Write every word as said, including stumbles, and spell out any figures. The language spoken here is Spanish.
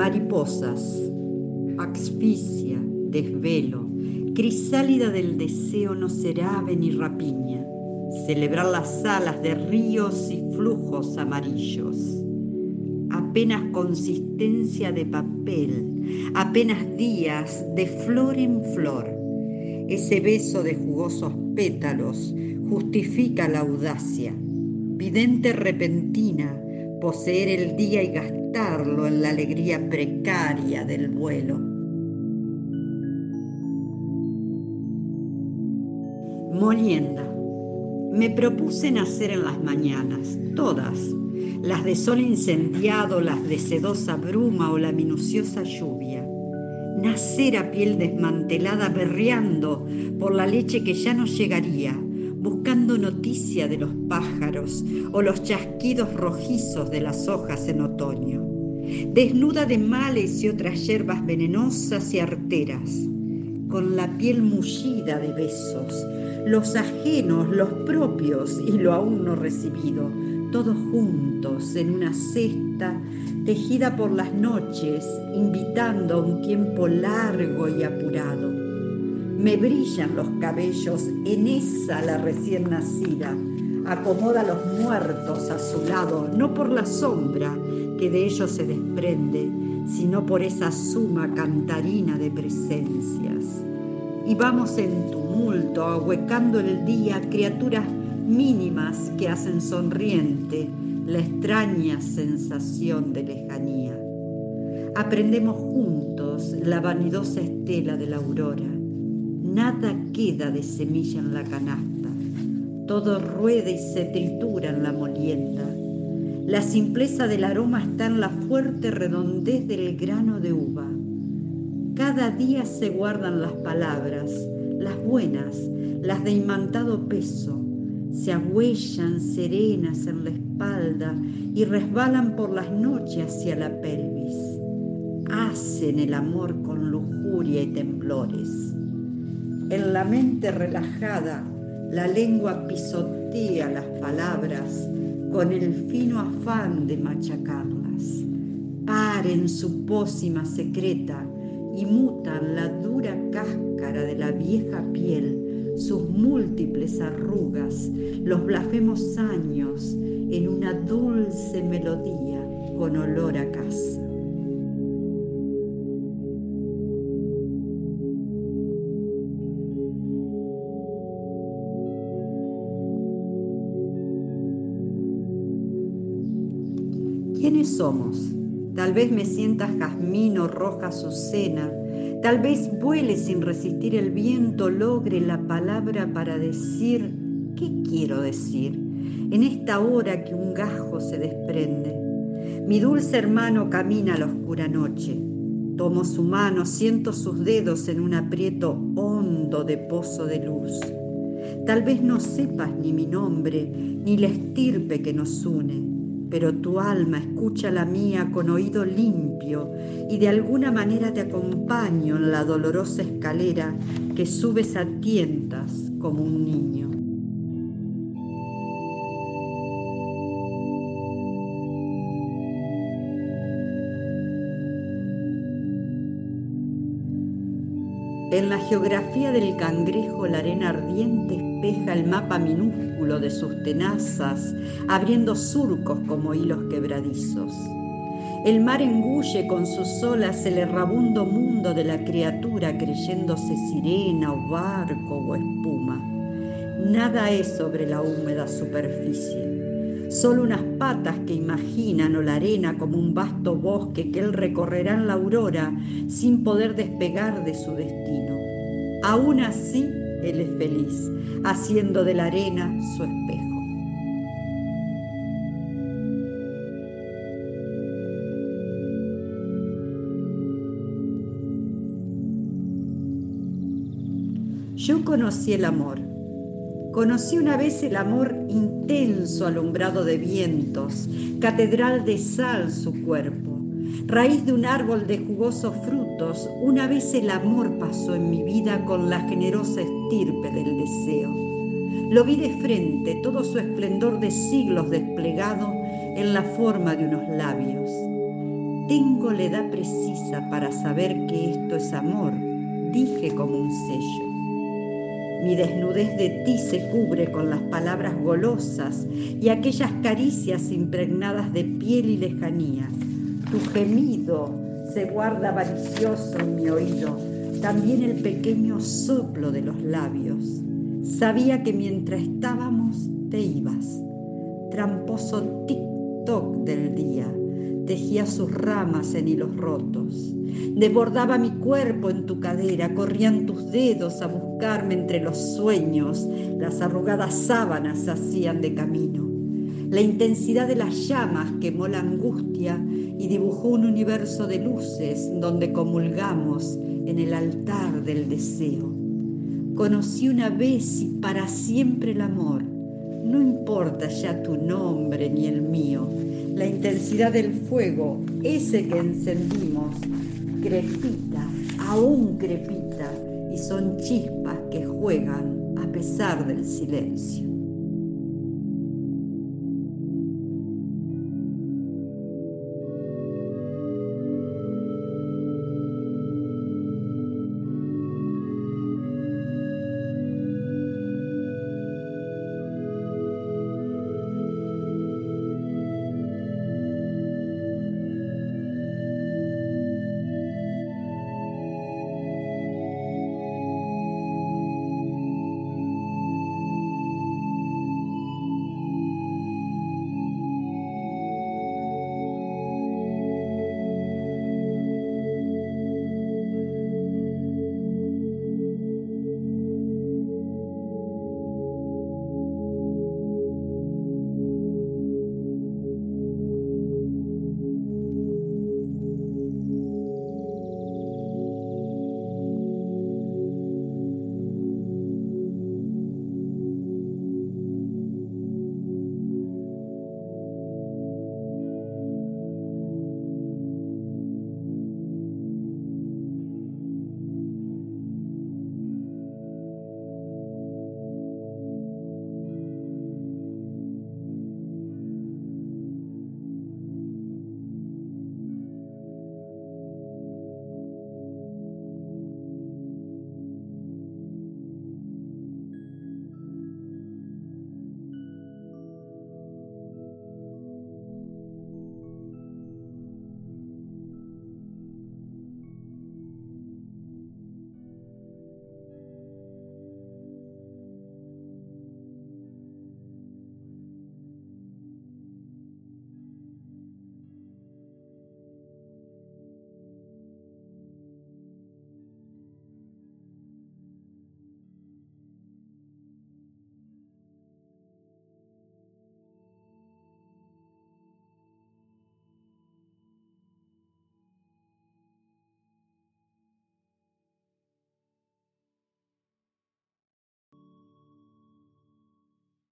Mariposas, asfixia, desvelo, crisálida del deseo no será ave ni rapiña, celebrar las alas de ríos y flujos amarillos. Apenas consistencia de papel, apenas días de flor en flor. Ese beso de jugosos pétalos justifica la audacia, vidente repentina, poseer el día y gastarlo en la alegría precaria del vuelo. Molienda. Me propuse nacer en las mañanas, todas, las de sol incendiado, las de sedosa bruma o la minuciosa lluvia. Nacer a piel desmantelada berreando por la leche que ya no llegaría, buscando noticia de los pájaros o los chasquidos rojizos de las hojas en otoño. Desnuda de males y otras hierbas venenosas y arteras, con la piel mullida de besos, los ajenos, los propios y lo aún no recibido, todos juntos en una cesta tejida por las noches, invitando a un tiempo largo y apurado. Me brillan los cabellos en esa la recién nacida, acomoda a los muertos a su lado, no por la sombra que de ellos se desprende, sino por esa suma cantarina de presencias. Y vamos en tumulto, ahuecando el día, criaturas mínimas que hacen sonriente la extraña sensación de lejanía. Aprendemos juntos la vanidosa estela de la aurora. Nada queda de semilla en la canasta, todo rueda y se tritura en la molienda. La simpleza del aroma está en la fuerte redondez del grano de uva. Cada día se guardan las palabras, las buenas, las de imantado peso, se agüellan serenas en la espalda y resbalan por las noches hacia la pelvis. Hacen el amor con lujuria y temblores. En la mente relajada, la lengua pisotea las palabras con el fino afán de machacarlas. Paren su pócima secreta y mutan la dura cáscara de la vieja piel, sus múltiples arrugas, los blasfemos años, en una dulce melodía con olor a casa. ¿Quiénes somos? Tal vez me sienta jazmín o roja azucena, tal vez vuele sin resistir el viento, logre la palabra para decir ¿qué quiero decir? En esta hora que un gajo se desprende. Mi dulce hermano camina a la oscura noche. Tomo su mano, siento sus dedos en un aprieto hondo de pozo de luz. Tal vez no sepas ni mi nombre, ni la estirpe que nos une, pero tu alma escucha la mía con oído limpio y de alguna manera te acompaño en la dolorosa escalera que subes a tientas como un niño. En la geografía del cangrejo la arena ardiente espeja el mapa minúsculo de sus tenazas, abriendo surcos como hilos quebradizos. El mar engulle con sus olas el errabundo mundo de la criatura creyéndose sirena o barco o espuma. Nada es sobre la húmeda superficie, solo unas patas que imaginan o la arena como un vasto bosque que él recorrerá en la aurora sin poder despegar de su destino. Aún así, él es feliz, haciendo de la arena su espejo. Yo conocí el amor. Conocí una vez el amor intenso, alumbrado de vientos, catedral de sal su cuerpo, raíz de un árbol de jugosos frutos. Una vez el amor pasó en mi vida con la generosa estirpe del deseo. Lo vi de frente, todo su esplendor de siglos desplegado en la forma de unos labios. Tengo la edad precisa para saber que esto es amor, dije como un sello. Mi desnudez de ti se cubre con las palabras golosas y aquellas caricias impregnadas de piel y lejanía. Tu gemido se guarda avaricioso en mi oído, también el pequeño soplo de los labios. Sabía que mientras estábamos te ibas. Tramposo tic-toc del día tejía sus ramas en hilos rotos. Desbordaba mi cuerpo en tu cadera, corrían tus dedos a buscarme entre los sueños, las arrugadas sábanas hacían de camino. La intensidad de las llamas quemó la angustia y dibujó un universo de luces donde comulgamos en el altar del deseo. Conocí una vez y para siempre el amor. No importa ya tu nombre ni el mío. La intensidad del fuego, ese que encendimos, crepita, aún crepita, y son chispas que juegan a pesar del silencio.